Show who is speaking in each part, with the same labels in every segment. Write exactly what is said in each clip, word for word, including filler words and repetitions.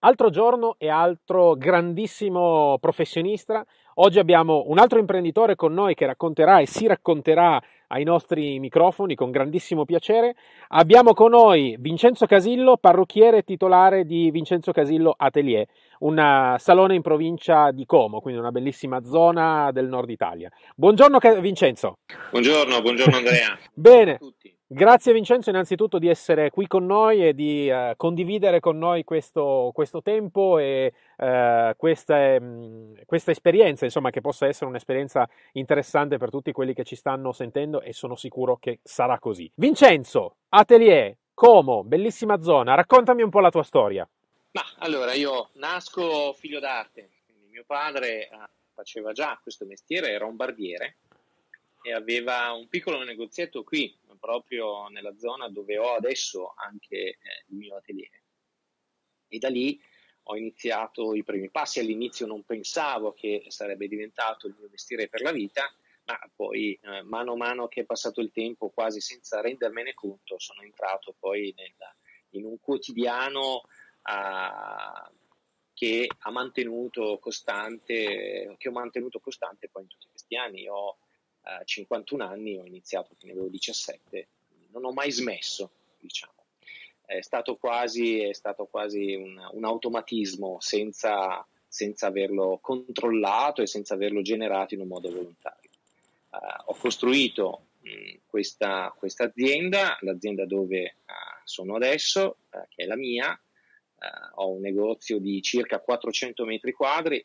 Speaker 1: Altro giorno e altro grandissimo professionista. Oggi abbiamo un altro imprenditore con noi che racconterà e si racconterà ai nostri microfoni con grandissimo piacere. Abbiamo con noi Vincenzo Casillo, parrucchiere titolare di Vincenzo Casillo Atelier, un salone in provincia di Como, quindi una bellissima zona del nord Italia. Buongiorno Vincenzo.
Speaker 2: Buongiorno, buongiorno Andrea.
Speaker 1: Bene.
Speaker 2: Buongiorno a tutti.
Speaker 1: Grazie Vincenzo innanzitutto di essere qui con noi e di uh, condividere con noi questo, questo tempo e uh, questa, um, questa esperienza, insomma, che possa essere un'esperienza interessante per tutti quelli che ci stanno sentendo e sono sicuro che sarà così. Vincenzo, Atelier, Como, bellissima zona, raccontami un po' la tua storia.
Speaker 2: Ma allora, io nasco figlio d'arte, quindi mio padre uh, faceva già questo mestiere, era un barbiere e aveva un piccolo negozietto qui, proprio nella zona dove ho adesso anche eh, il mio atelier. E da lì ho iniziato i primi passi. All'inizio non pensavo che sarebbe diventato il mio mestiere per la vita, ma poi eh, mano a mano che è passato il tempo, quasi senza rendermene conto, sono entrato poi nel, in un quotidiano uh, che ha mantenuto costante, che ho mantenuto costante poi in tutti questi anni. Ho Uh, cinquantuno anni, ho iniziato che ne avevo diciassette, non ho mai smesso, diciamo. È stato quasi, è stato quasi un, un automatismo senza, senza averlo controllato e senza averlo generato in un modo volontario. Uh, ho costruito mh, questa, questa azienda, l'azienda dove uh, sono adesso, uh, che è la mia. Uh, ho un negozio di circa quattrocento metri quadri,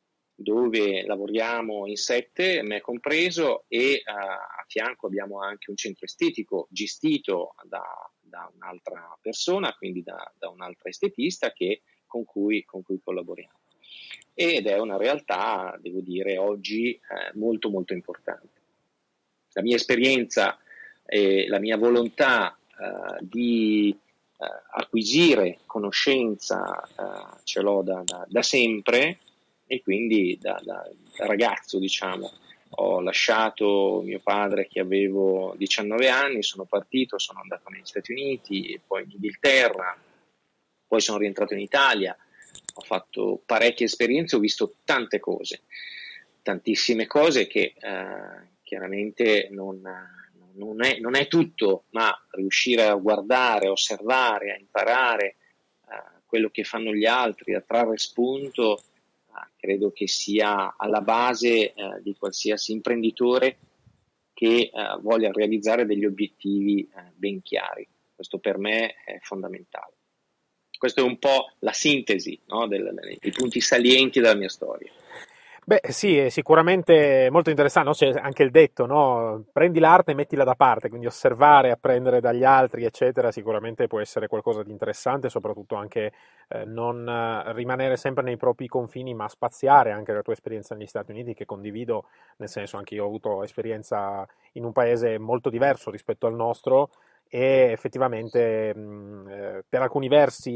Speaker 2: dove lavoriamo in sette, me compreso, e uh, a fianco abbiamo anche un centro estetico gestito da, da un'altra persona, quindi da, da un'altra estetista che, con, cui, con cui collaboriamo. Ed è una realtà, devo dire, oggi eh, molto molto importante. La mia esperienza e la mia volontà uh, di uh, acquisire conoscenza uh, ce l'ho da, da, da sempre. E quindi da, da, da ragazzo, diciamo, ho lasciato mio padre che avevo diciannove anni, sono partito, sono andato negli Stati Uniti, poi in Inghilterra, poi sono rientrato in Italia, ho fatto parecchie esperienze, ho visto tante cose, tantissime cose che eh, chiaramente non, non, è, non è tutto, ma riuscire a guardare, a osservare, a imparare eh, quello che fanno gli altri, a trarre spunto, credo che sia alla base eh, di qualsiasi imprenditore che eh, voglia realizzare degli obiettivi eh, ben chiari. Questo per me è fondamentale. Questa è un po' la sintesi, no, del, dei punti salienti della mia storia.
Speaker 1: Beh sì, è sicuramente molto interessante, no? C'è anche il detto, no? Prendi l'arte e mettila da parte, quindi osservare, apprendere dagli altri, eccetera, sicuramente può essere qualcosa di interessante, soprattutto anche eh, non eh, rimanere sempre nei propri confini, ma spaziare anche la tua esperienza negli Stati Uniti, che condivido, nel senso anche io ho avuto esperienza in un paese molto diverso rispetto al nostro, e effettivamente mh, eh, per alcuni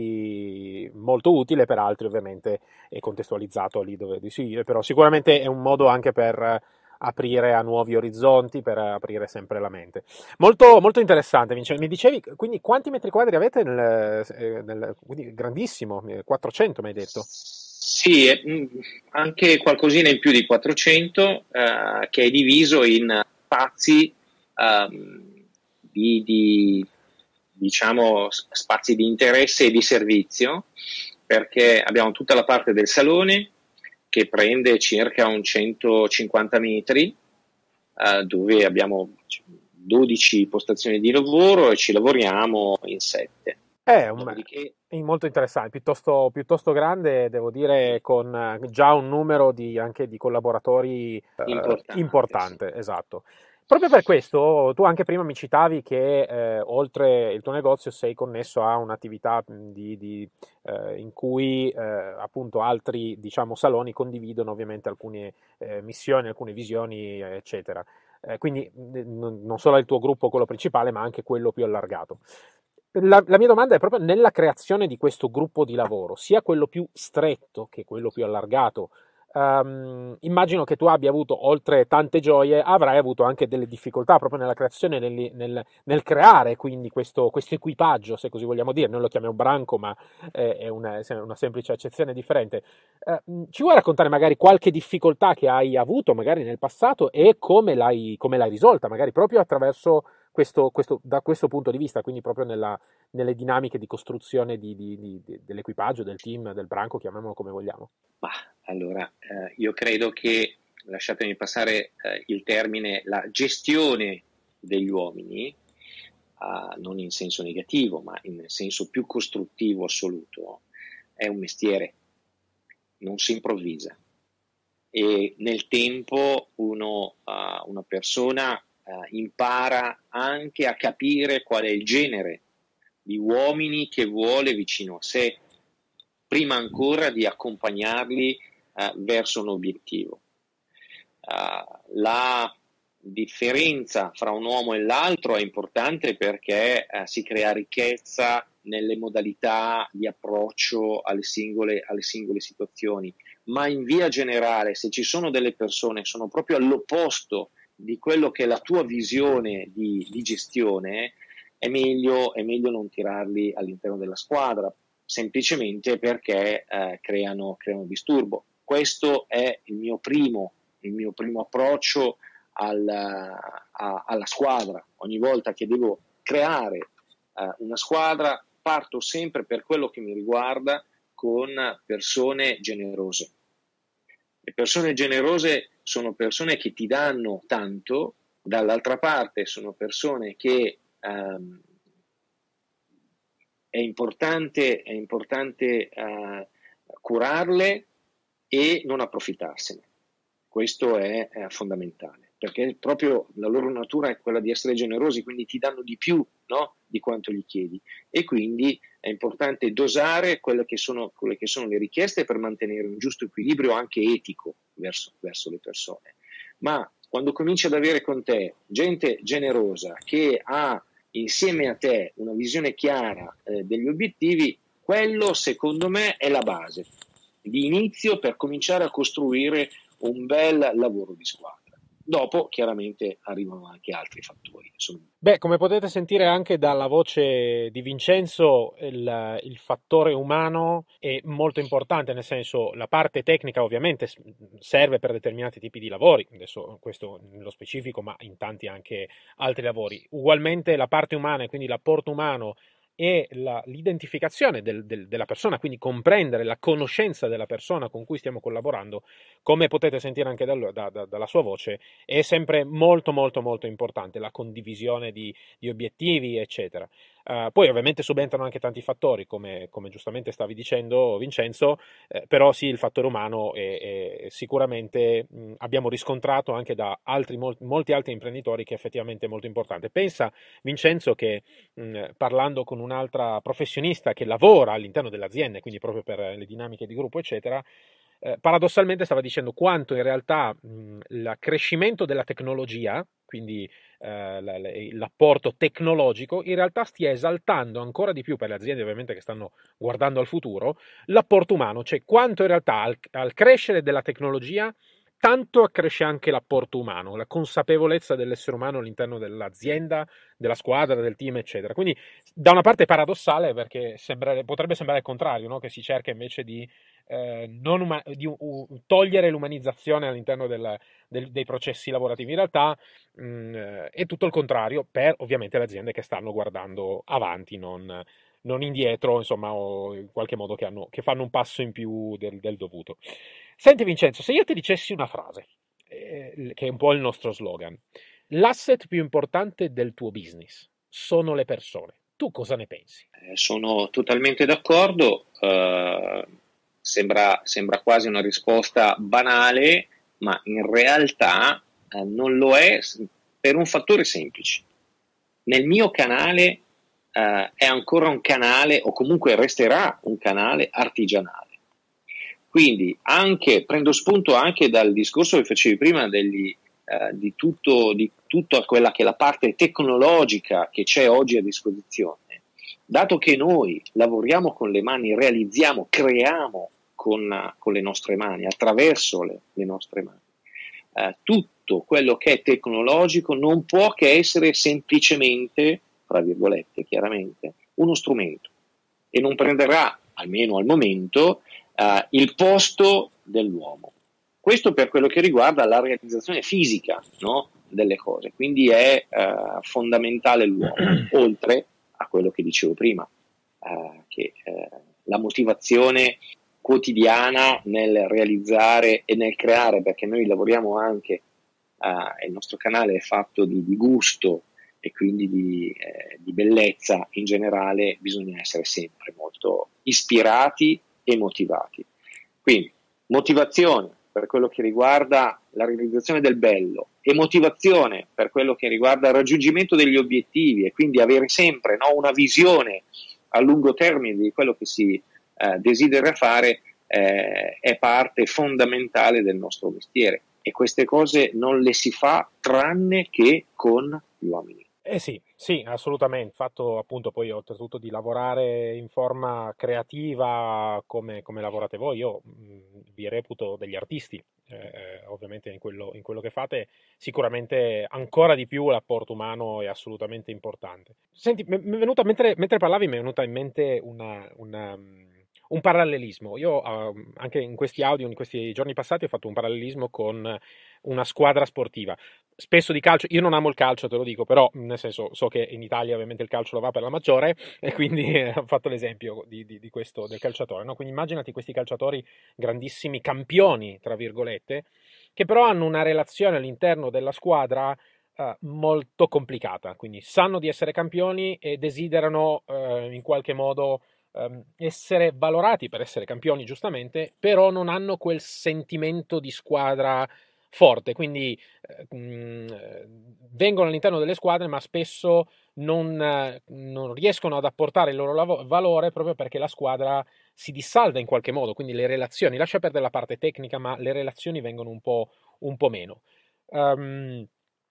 Speaker 1: versi molto utile, per altri ovviamente è contestualizzato lì dove desideri, però sicuramente è un modo anche per aprire a nuovi orizzonti, per aprire sempre la mente. Molto, molto interessante, Vincenzo. Mi dicevi, quindi quanti metri quadri avete nel, eh, nel quindi grandissimo, quattrocento mi hai detto?
Speaker 2: Sì, anche qualcosina in più di quattrocento, eh, che è diviso in spazi um, Di, di diciamo spazi di interesse e di servizio, perché abbiamo tutta la parte del salone che prende circa un centocinquanta metri, eh, dove abbiamo dodici postazioni di lavoro e ci lavoriamo in sette.
Speaker 1: È, un, è molto interessante, piuttosto, piuttosto grande, devo dire, con già un numero di, anche di collaboratori
Speaker 2: importante,
Speaker 1: eh, importante,
Speaker 2: sì.
Speaker 1: Esatto. Proprio per questo tu anche prima mi citavi che eh, oltre il tuo negozio sei connesso a un'attività di, di, eh, in cui eh, appunto altri, diciamo, saloni condividono ovviamente alcune eh, missioni, alcune visioni, eccetera. Eh, quindi n- non solo il tuo gruppo, quello principale, ma anche quello più allargato. La, la mia domanda è proprio nella creazione di questo gruppo di lavoro, sia quello più stretto che quello più allargato. Um, immagino che tu abbia avuto, oltre tante gioie, avrai avuto anche delle difficoltà proprio nella creazione, nel, nel, nel creare quindi questo, questo equipaggio, se così vogliamo dire. Noi lo chiamiamo branco, ma eh, è una, è una semplice accezione differente. Uh, ci vuoi raccontare magari qualche difficoltà che hai avuto magari nel passato e come l'hai, come l'hai risolta, magari proprio attraverso questo, questo, da questo punto di vista, quindi proprio nella, nelle dinamiche di costruzione di, di, di, di, dell'equipaggio, del team, del branco, chiamiamolo come vogliamo.
Speaker 2: Ma allora, eh, io credo che, lasciatemi passare eh, il termine, la gestione degli uomini, uh, non in senso negativo, ma in senso più costruttivo assoluto, è un mestiere, non si improvvisa. E nel tempo uno, uh, una persona uh, impara anche a capire qual è il genere di uomini che vuole vicino a sé, prima ancora di accompagnarli uh, verso un obiettivo. Uh, la differenza fra un uomo e l'altro è importante perché uh, si crea ricchezza nelle modalità di approccio alle singole, alle singole situazioni, ma in via generale, se ci sono delle persone che sono proprio all'opposto di quello che è la tua visione di, di gestione, è meglio, è meglio non tirarli all'interno della squadra, semplicemente perché eh, creano, creano disturbo. Questo è il mio primo, il mio primo approccio al, a, alla squadra. Ogni volta che devo creare eh, una squadra, parto sempre, per quello che mi riguarda, con persone generose. Le persone generose sono persone che ti danno tanto, dall'altra parte sono persone che ehm, è importante, è importante uh, curarle e non approfittarsene. Questo è, è fondamentale, perché proprio la loro natura è quella di essere generosi, quindi ti danno di più, no? Di quanto gli chiedi, e quindi è importante dosare quelle che sono, quelle che sono le richieste per mantenere un giusto equilibrio anche etico verso, verso le persone. Ma quando cominci ad avere con te gente generosa che ha insieme a te una visione chiara eh, degli obiettivi, quello secondo me è la base di inizio per cominciare a costruire un bel lavoro di squadra. Dopo chiaramente arrivano anche altri fattori. Insomma.
Speaker 1: Beh, come potete sentire anche dalla voce di Vincenzo, il, il fattore umano è molto importante, nel senso la parte tecnica ovviamente serve per determinati tipi di lavori, adesso questo nello specifico, ma in tanti anche altri lavori. Ugualmente la parte umana e quindi l'apporto umano e la, l'identificazione del, del, della persona, quindi comprendere la conoscenza della persona con cui stiamo collaborando, come potete sentire anche dal, da, da, dalla sua voce, è sempre molto molto molto importante, la condivisione di, di obiettivi, eccetera. Uh, poi ovviamente subentrano anche tanti fattori, come, come giustamente stavi dicendo Vincenzo, eh, però sì, il fattore umano è, è sicuramente mh, abbiamo riscontrato anche da altri, mol, molti altri imprenditori che è effettivamente molto importante. Pensa Vincenzo che mh, parlando con un'altra professionista che lavora all'interno dell'azienda, quindi proprio per le dinamiche di gruppo, eccetera, eh, paradossalmente stava dicendo quanto in realtà mh, l'accrescimento della tecnologia, quindi eh, l'apporto tecnologico, in realtà stia esaltando ancora di più per le aziende ovviamente che stanno guardando al futuro, l'apporto umano, cioè quanto in realtà al, al crescere della tecnologia tanto accresce anche l'apporto umano, la consapevolezza dell'essere umano all'interno dell'azienda, della squadra, del team, eccetera. Quindi da una parte è paradossale perché sembrare, potrebbe sembrare il contrario, no? Che si cerca invece di, eh, non uma- di uh, togliere l'umanizzazione all'interno del, del, dei processi lavorativi. In realtà mh, è tutto il contrario per ovviamente le aziende che stanno guardando avanti, non, non indietro, insomma, o in qualche modo che, hanno, che fanno un passo in più del, del dovuto. Senti Vincenzo, se io ti dicessi una frase, eh, che è un po' il nostro slogan, l'asset più importante del tuo business sono le persone, tu cosa ne pensi?
Speaker 2: Eh, sono totalmente d'accordo, eh, sembra, sembra quasi una risposta banale, ma in realtà eh, non lo è per un fattore semplice. Nel mio canale eh, è ancora un canale, o comunque resterà un canale artigianale. Quindi anche, prendo spunto anche dal discorso che facevi prima degli, eh, di, tutto, di tutta quella che è la parte tecnologica che c'è oggi a disposizione. Dato che noi lavoriamo con le mani, realizziamo, creiamo con, con le nostre mani, attraverso le, le nostre mani. Uh, tutto quello che è tecnologico non può che essere semplicemente, tra virgolette, chiaramente, uno strumento, e non prenderà, almeno al momento, uh, il posto dell'uomo. Questo per quello che riguarda la realizzazione fisica, no, delle cose, quindi è uh, fondamentale l'uomo, oltre a quello che dicevo prima, uh, che uh, la motivazione quotidiana nel realizzare e nel creare, perché noi lavoriamo anche, uh, il nostro canale è fatto di, di gusto e quindi di, eh, di bellezza in generale, bisogna essere sempre molto ispirati e motivati. Quindi motivazione per quello che riguarda la realizzazione del bello e motivazione per quello che riguarda il raggiungimento degli obiettivi, e quindi avere sempre, no, una visione a lungo termine di quello che si eh, desidera fare, eh, è parte fondamentale del nostro mestiere, e queste cose non le si fa tranne che con gli uomini.
Speaker 1: Eh sì, sì, assolutamente. Il fatto appunto poi oltretutto di lavorare in forma creativa come, come lavorate voi, io mh, vi reputo degli artisti, eh, ovviamente in quello, in quello che fate, sicuramente ancora di più l'apporto umano è assolutamente importante. Senti, mi è venuta, mentre, mentre parlavi mi è venuta in mente una, una, un parallelismo. Io uh, anche in questi audio, in questi giorni passati, ho fatto un parallelismo con una squadra sportiva. Spesso di calcio, io non amo il calcio, te lo dico, però nel senso so che in Italia ovviamente il calcio lo va per la maggiore, e quindi eh, ho fatto l'esempio di, di, di questo del calciatore, no? Quindi immaginati questi calciatori grandissimi campioni, tra virgolette, che però hanno una relazione all'interno della squadra eh, molto complicata, quindi sanno di essere campioni e desiderano eh, in qualche modo ehm, essere valorati per essere campioni, giustamente, però non hanno quel sentimento di squadra forte, quindi eh, mh, vengono all'interno delle squadre, ma spesso non, eh, non riescono ad apportare il loro lav- valore, proprio perché la squadra si dissalda in qualche modo, quindi le relazioni, lascia perdere la parte tecnica, ma le relazioni vengono un po', un po' meno. Um,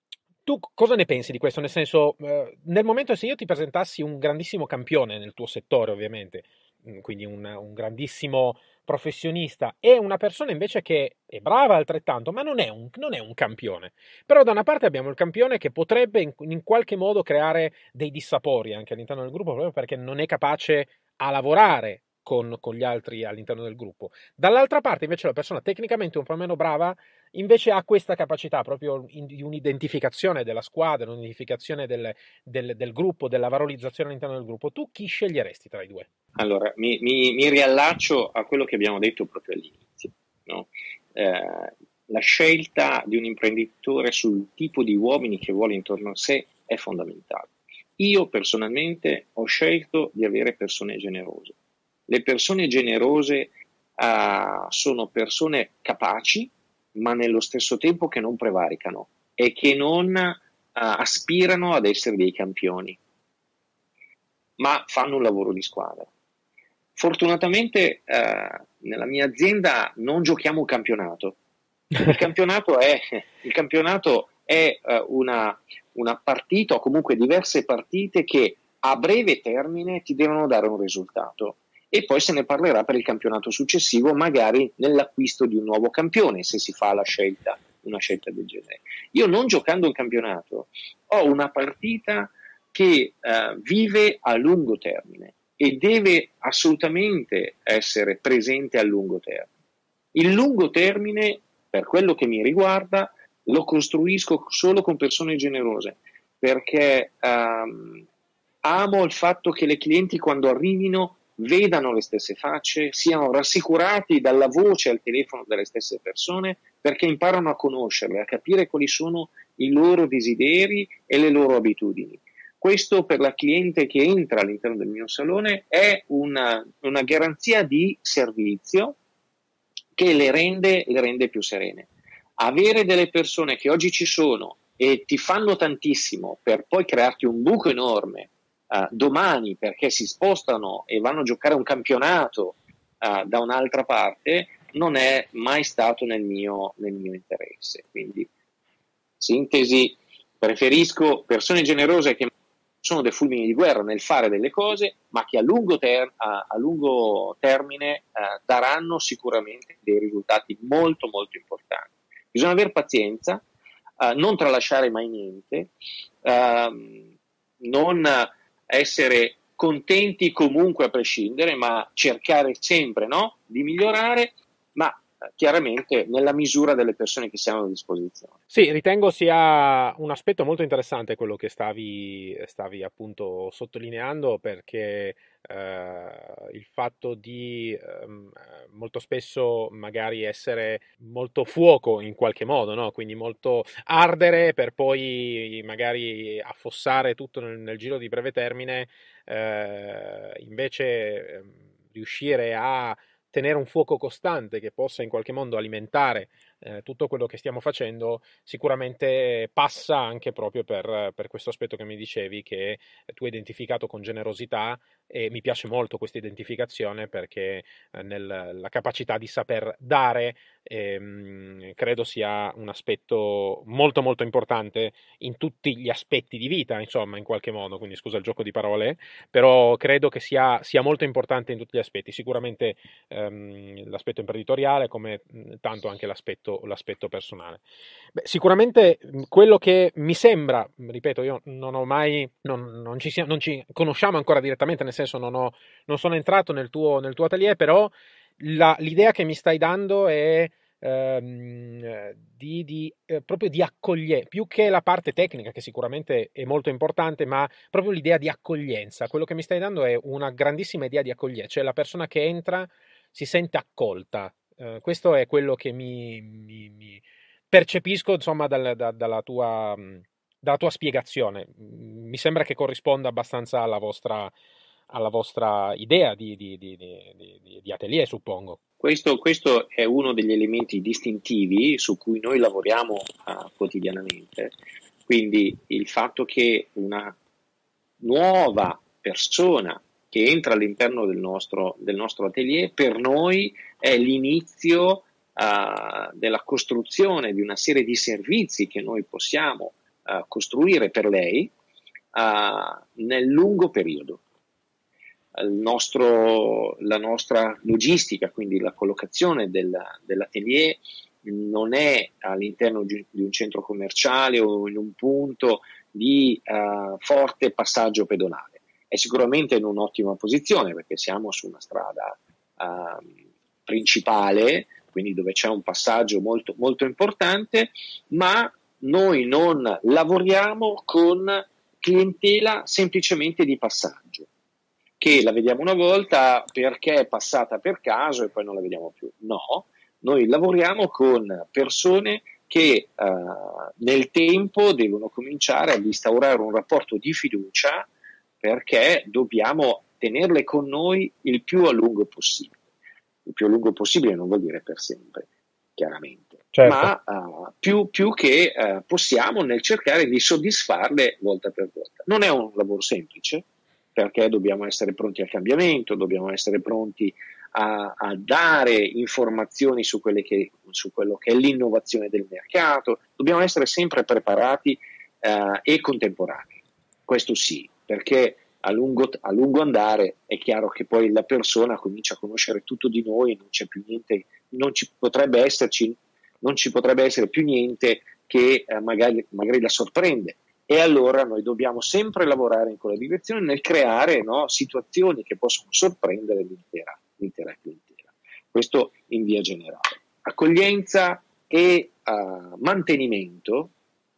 Speaker 1: tu cosa ne pensi di questo? Nel senso, eh, nel momento, se io ti presentassi un grandissimo campione nel tuo settore, ovviamente, mh, quindi un, un grandissimo professionista, e una persona invece che è brava altrettanto, ma non è un, non è un campione. Però da una parte abbiamo il campione che potrebbe in, in qualche modo creare dei dissapori anche all'interno del gruppo, proprio perché non è capace a lavorare con, con gli altri all'interno del gruppo. Dall'altra parte invece la persona tecnicamente un po' meno brava invece ha questa capacità proprio di un'identificazione della squadra, un'identificazione del, del, del gruppo, della valorizzazione all'interno del gruppo. Tu chi sceglieresti tra i due?
Speaker 2: Allora, mi, mi, mi riallaccio a quello che abbiamo detto proprio all'inizio, no? Eh, la scelta di un imprenditore sul tipo di uomini che vuole intorno a sé è fondamentale. Io personalmente ho scelto di avere persone generose. Le persone generose uh, sono persone capaci, ma nello stesso tempo che non prevaricano e che non uh, aspirano ad essere dei campioni, ma fanno un lavoro di squadra. Fortunatamente uh, nella mia azienda non giochiamo un campionato. Il campionato è, il campionato è uh, una, una partita, o comunque diverse partite che a breve termine ti devono dare un risultato, e poi se ne parlerà per il campionato successivo, magari nell'acquisto di un nuovo campione, se si fa la scelta, una scelta del genere. Io, non giocando un campionato, ho una partita che uh, vive a lungo termine e deve assolutamente essere presente a lungo termine. Il lungo termine, per quello che mi riguarda, lo costruisco solo con persone generose, perché um, amo il fatto che le clienti, quando arrivino, vedano le stesse facce, siano rassicurati dalla voce al telefono delle stesse persone, perché imparano a conoscerle, a capire quali sono i loro desideri e le loro abitudini. Questo, per la cliente che entra all'interno del mio salone, è una, una garanzia di servizio che le rende, le rende più serene. Avere delle persone che oggi ci sono e ti fanno tantissimo per poi crearti un buco enorme Uh, domani, perché si spostano e vanno a giocare un campionato uh, da un'altra parte, non è mai stato nel mio, nel mio interesse. Quindi, sintesi, preferisco persone generose che sono dei fulmini di guerra nel fare delle cose, ma che a lungo, ter- a, a lungo termine eh, daranno sicuramente dei risultati molto molto importanti. Bisogna avere pazienza, eh, non tralasciare mai niente, eh, non essere contenti comunque a prescindere, ma cercare sempre, no, di migliorare, ma chiaramente nella misura delle persone che siamo a disposizione.
Speaker 1: Sì, ritengo sia un aspetto molto interessante quello che stavi, stavi appunto sottolineando, perché eh, il fatto di ehm, molto spesso magari essere molto fuoco in qualche modo, no? Quindi molto ardere per poi magari affossare tutto nel, nel giro di breve termine, eh, invece ehm, riuscire a tenere un fuoco costante che possa in qualche modo alimentare eh, tutto quello che stiamo facendo, sicuramente passa anche proprio per, per questo aspetto che mi dicevi, che tu hai identificato con generosità, e mi piace molto questa identificazione, perché eh, nel, la capacità di saper dare ehm, credo sia un aspetto molto molto importante in tutti gli aspetti di vita, insomma, in qualche modo, quindi scusa il gioco di parole, però credo che sia, sia molto importante in tutti gli aspetti, sicuramente ehm, l'aspetto imprenditoriale, come mh, tanto anche l'aspetto, l'aspetto personale. Beh, sicuramente mh, quello che mi sembra, ripeto, io non ho mai, non, non ci, sia- non ci conosciamo ancora direttamente, nel senso non, ho, non sono entrato nel tuo, nel tuo atelier, però la- l'idea che mi stai dando è ehm, eh, di, di, eh, proprio di accoglienza, più che la parte tecnica, che sicuramente è molto importante, ma proprio l'idea di accoglienza. Quello che mi stai dando è una grandissima idea di accoglienza, cioè la persona che entra si sente accolta. Eh, questo è quello che mi, mi- mi percepisco, insomma, dal- da- dalla tua, mh, dalla tua spiegazione. Mm, Mi sembra che corrisponda abbastanza alla vostra, alla vostra idea di, di- di- di- di- di atelier, suppongo.
Speaker 2: Questo, questo è uno degli elementi distintivi su cui noi lavoriamo uh, quotidianamente, quindi il fatto che una nuova persona che entra all'interno del nostro, del nostro atelier per noi è l'inizio uh, della costruzione di una serie di servizi che noi possiamo uh, costruire per lei uh, nel lungo periodo. Il nostro, la nostra logistica, quindi la collocazione del, dell'atelier, non è all'interno di un centro commerciale o in un punto di uh, forte passaggio pedonale. È sicuramente in un'ottima posizione perché siamo su una strada uh, principale, quindi dove c'è un passaggio molto, molto importante, ma noi non lavoriamo con clientela semplicemente di passaggio, che la vediamo una volta perché è passata per caso e poi non la vediamo più. No, noi lavoriamo con persone che eh, nel tempo devono cominciare ad instaurare un rapporto di fiducia, perché dobbiamo tenerle con noi il più a lungo possibile. Il più a lungo possibile non vuol dire per sempre, chiaramente,
Speaker 1: Certo.
Speaker 2: ma uh, più, più che uh, possiamo nel cercare di soddisfarle volta per volta. Non è un lavoro semplice, perché dobbiamo essere pronti al cambiamento, dobbiamo essere pronti a, a dare informazioni su, quelle che, su quello che è l'innovazione del mercato, dobbiamo essere sempre preparati uh, e contemporanei. Questo sì, perché a lungo, a lungo andare è chiaro che poi la persona comincia a conoscere tutto di noi, non c'è più niente, non ci potrebbe esserci, non ci potrebbe essere più niente che eh, magari, magari la sorprende. E allora noi dobbiamo sempre lavorare in quella direzione nel creare, no, situazioni che possono sorprendere l'intera, l'intera clientela. Questo in via generale. Accoglienza e uh, mantenimento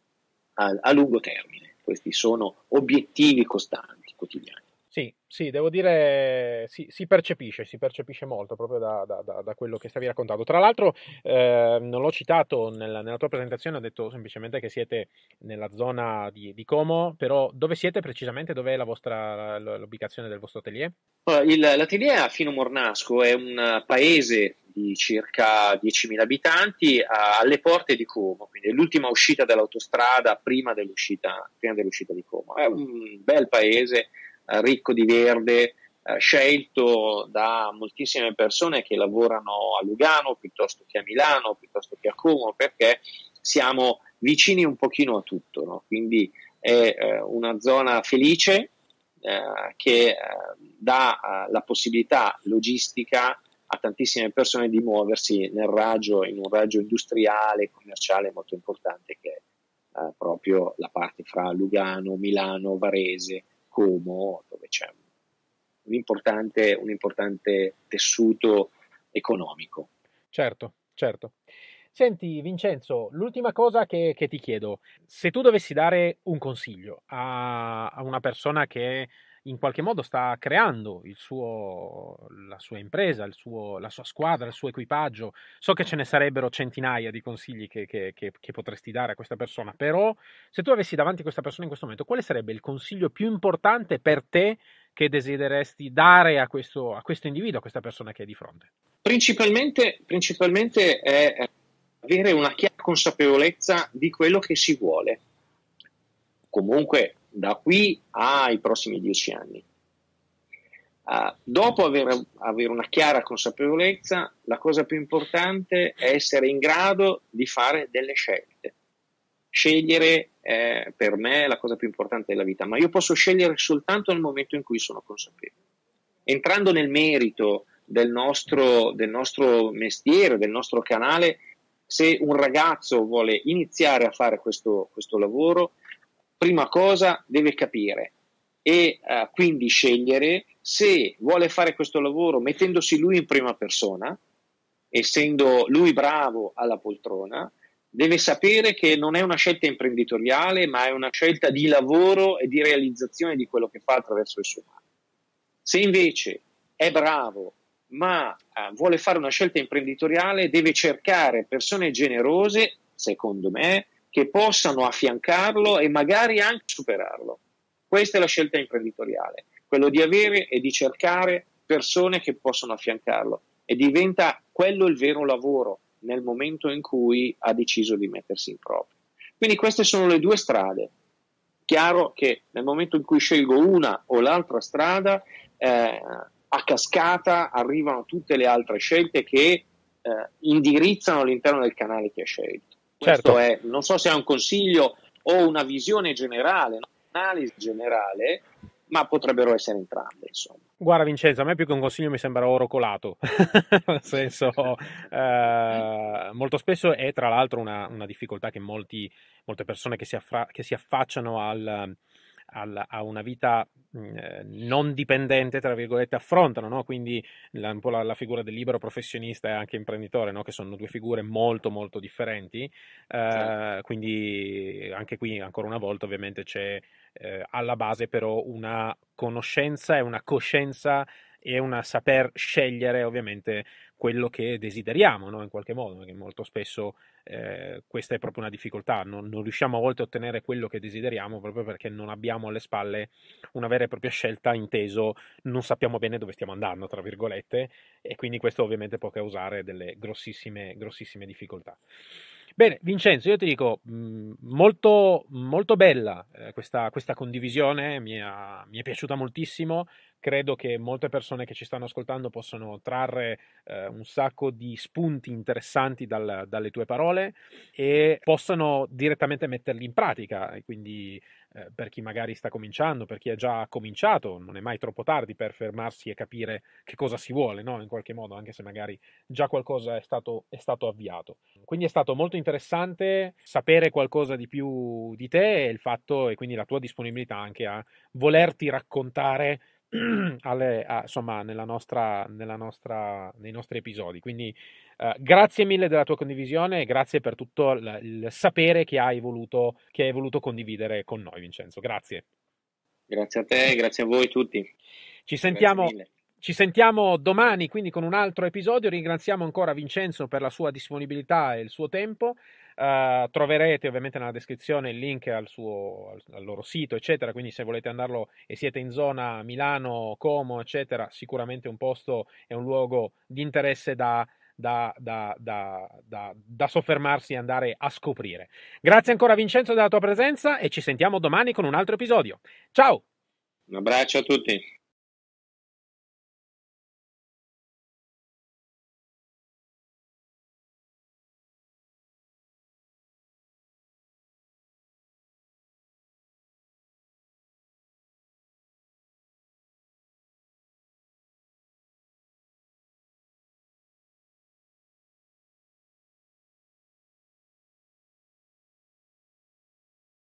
Speaker 2: a, a lungo termine. Questi sono obiettivi costanti, quotidiani.
Speaker 1: Sì, sì, devo dire, si, si percepisce, si percepisce molto proprio da, da- da- da quello che stavi raccontando. Tra l'altro, eh, non l'ho citato nella, nella tua presentazione, ho detto semplicemente che siete nella zona di, di Como, però dove siete precisamente? Dov'è la vostra, l'ubicazione del vostro atelier?
Speaker 2: Il, l'atelier a Fino Mornasco è un paese di circa diecimila abitanti a, alle porte di Como, quindi è l'ultima uscita dall'autostrada prima dell'uscita, prima dell'uscita di Como. È un bel paese eh, ricco di verde, eh, scelto da moltissime persone che lavorano a Lugano piuttosto che a Milano, piuttosto che a Como, perché siamo vicini un pochino a tutto, no? Quindi è eh, una zona felice eh, che eh, dà eh, la possibilità logistica a tantissime persone di muoversi nel raggio, in un raggio industriale, commerciale molto importante, che è eh, proprio la parte fra Lugano, Milano, Varese, Como, dove c'è un importante, un importante tessuto economico.
Speaker 1: Certo, certo. Senti Vincenzo, l'ultima cosa che, che ti chiedo, se tu dovessi dare un consiglio a, a una persona che in qualche modo sta creando il suo, la sua impresa, il suo, la sua squadra, il suo equipaggio, so che ce ne sarebbero centinaia di consigli che, che, che, che potresti dare a questa persona, però se tu avessi davanti questa persona in questo momento, quale sarebbe il consiglio più importante per te che desideresti dare a questo, a questo individuo, a questa persona che è di fronte?
Speaker 2: Principalmente, principalmente è avere una chiara consapevolezza di quello che si vuole, comunque da qui ai prossimi dieci anni. Uh, dopo aver, avere una chiara consapevolezza, la cosa più importante è essere in grado di fare delle scelte. Scegliere è per me la cosa più importante della vita, ma io posso scegliere soltanto nel momento in cui sono consapevole. Entrando nel merito del nostro, del nostro mestiere, del nostro canale, se un ragazzo vuole iniziare a fare questo, questo lavoro, prima cosa deve capire e uh, quindi scegliere se vuole fare questo lavoro mettendosi lui in prima persona, essendo lui bravo alla poltrona. Deve sapere che non è una scelta imprenditoriale, ma è una scelta di lavoro e di realizzazione di quello che fa attraverso il suo mano. Se invece è bravo ma eh, vuole fare una scelta imprenditoriale, deve cercare persone generose, secondo me, che possano affiancarlo e magari anche superarlo. Questa è la scelta imprenditoriale, quello di avere e di cercare persone che possono affiancarlo, e diventa quello il vero lavoro nel momento in cui ha deciso di mettersi in proprio. Quindi queste sono le due strade. Chiaro che nel momento in cui scelgo una o l'altra strada, eh, a cascata arrivano tutte le altre scelte che eh, indirizzano all'interno del canale che ha scelto. Questo
Speaker 1: Certo.
Speaker 2: è, non so se è un consiglio o una visione generale, un'analisi generale, ma potrebbero essere entrambe, insomma.
Speaker 1: Guarda Vincenzo, a me più che un consiglio mi sembra oro colato, nel senso, eh, molto spesso è tra l'altro una, una difficoltà che molti, molte persone che si, affra- che si affacciano al, al, a una vita eh, non dipendente, tra virgolette, affrontano, no? Quindi la, un po' la, la figura del libero professionista e anche imprenditore, no? Che sono due figure molto molto differenti, eh,
Speaker 2: Certo.
Speaker 1: quindi anche qui ancora una volta ovviamente c'è eh, alla base però una conoscenza e una coscienza e una saper scegliere ovviamente quello che desideriamo, no? In qualche modo, perché molto spesso eh, questa è proprio una difficoltà, non, non riusciamo a volte a ottenere quello che desideriamo proprio perché non abbiamo alle spalle una vera e propria scelta, inteso non sappiamo bene dove stiamo andando, tra virgolette, e quindi questo ovviamente può causare delle grossissime, grossissime difficoltà. Bene, Vincenzo, io ti dico, mh, molto, molto bella eh, questa, questa condivisione, mi, ha- mi è piaciuta moltissimo, credo che molte persone che ci stanno ascoltando possano trarre eh, un sacco di spunti interessanti dal- dalle tue parole e possano direttamente metterli in pratica, e quindi eh, per chi magari sta cominciando, per chi ha già cominciato, non è mai troppo tardi per fermarsi e capire che cosa si vuole, no? In qualche modo, anche se magari già qualcosa è stato, è stato avviato. Quindi è stato molto interessante sapere qualcosa di più di te e il fatto, e quindi la tua disponibilità anche a volerti raccontare alle, a, insomma, nella nostra, nella nostra, nei nostri episodi. Quindi eh, grazie mille della tua condivisione e grazie per tutto il, il sapere che hai voluto, che hai voluto condividere con noi, Vincenzo. Grazie.
Speaker 2: Grazie a te, grazie a voi tutti.
Speaker 1: Ci
Speaker 2: Grazie
Speaker 1: sentiamo,
Speaker 2: mille.
Speaker 1: ci sentiamo domani, quindi con un altro episodio. Ringraziamo ancora Vincenzo per la sua disponibilità e il suo tempo. Uh, troverete ovviamente nella descrizione il link al, suo, al, al loro sito, eccetera. Quindi se volete andarlo e siete in zona Milano, Como, eccetera, sicuramente un posto e un luogo di interesse da, da, da, da, da, da soffermarsi e andare a scoprire. Grazie ancora Vincenzo della tua presenza e ci sentiamo domani con un altro episodio. Ciao!
Speaker 2: Un abbraccio a tutti.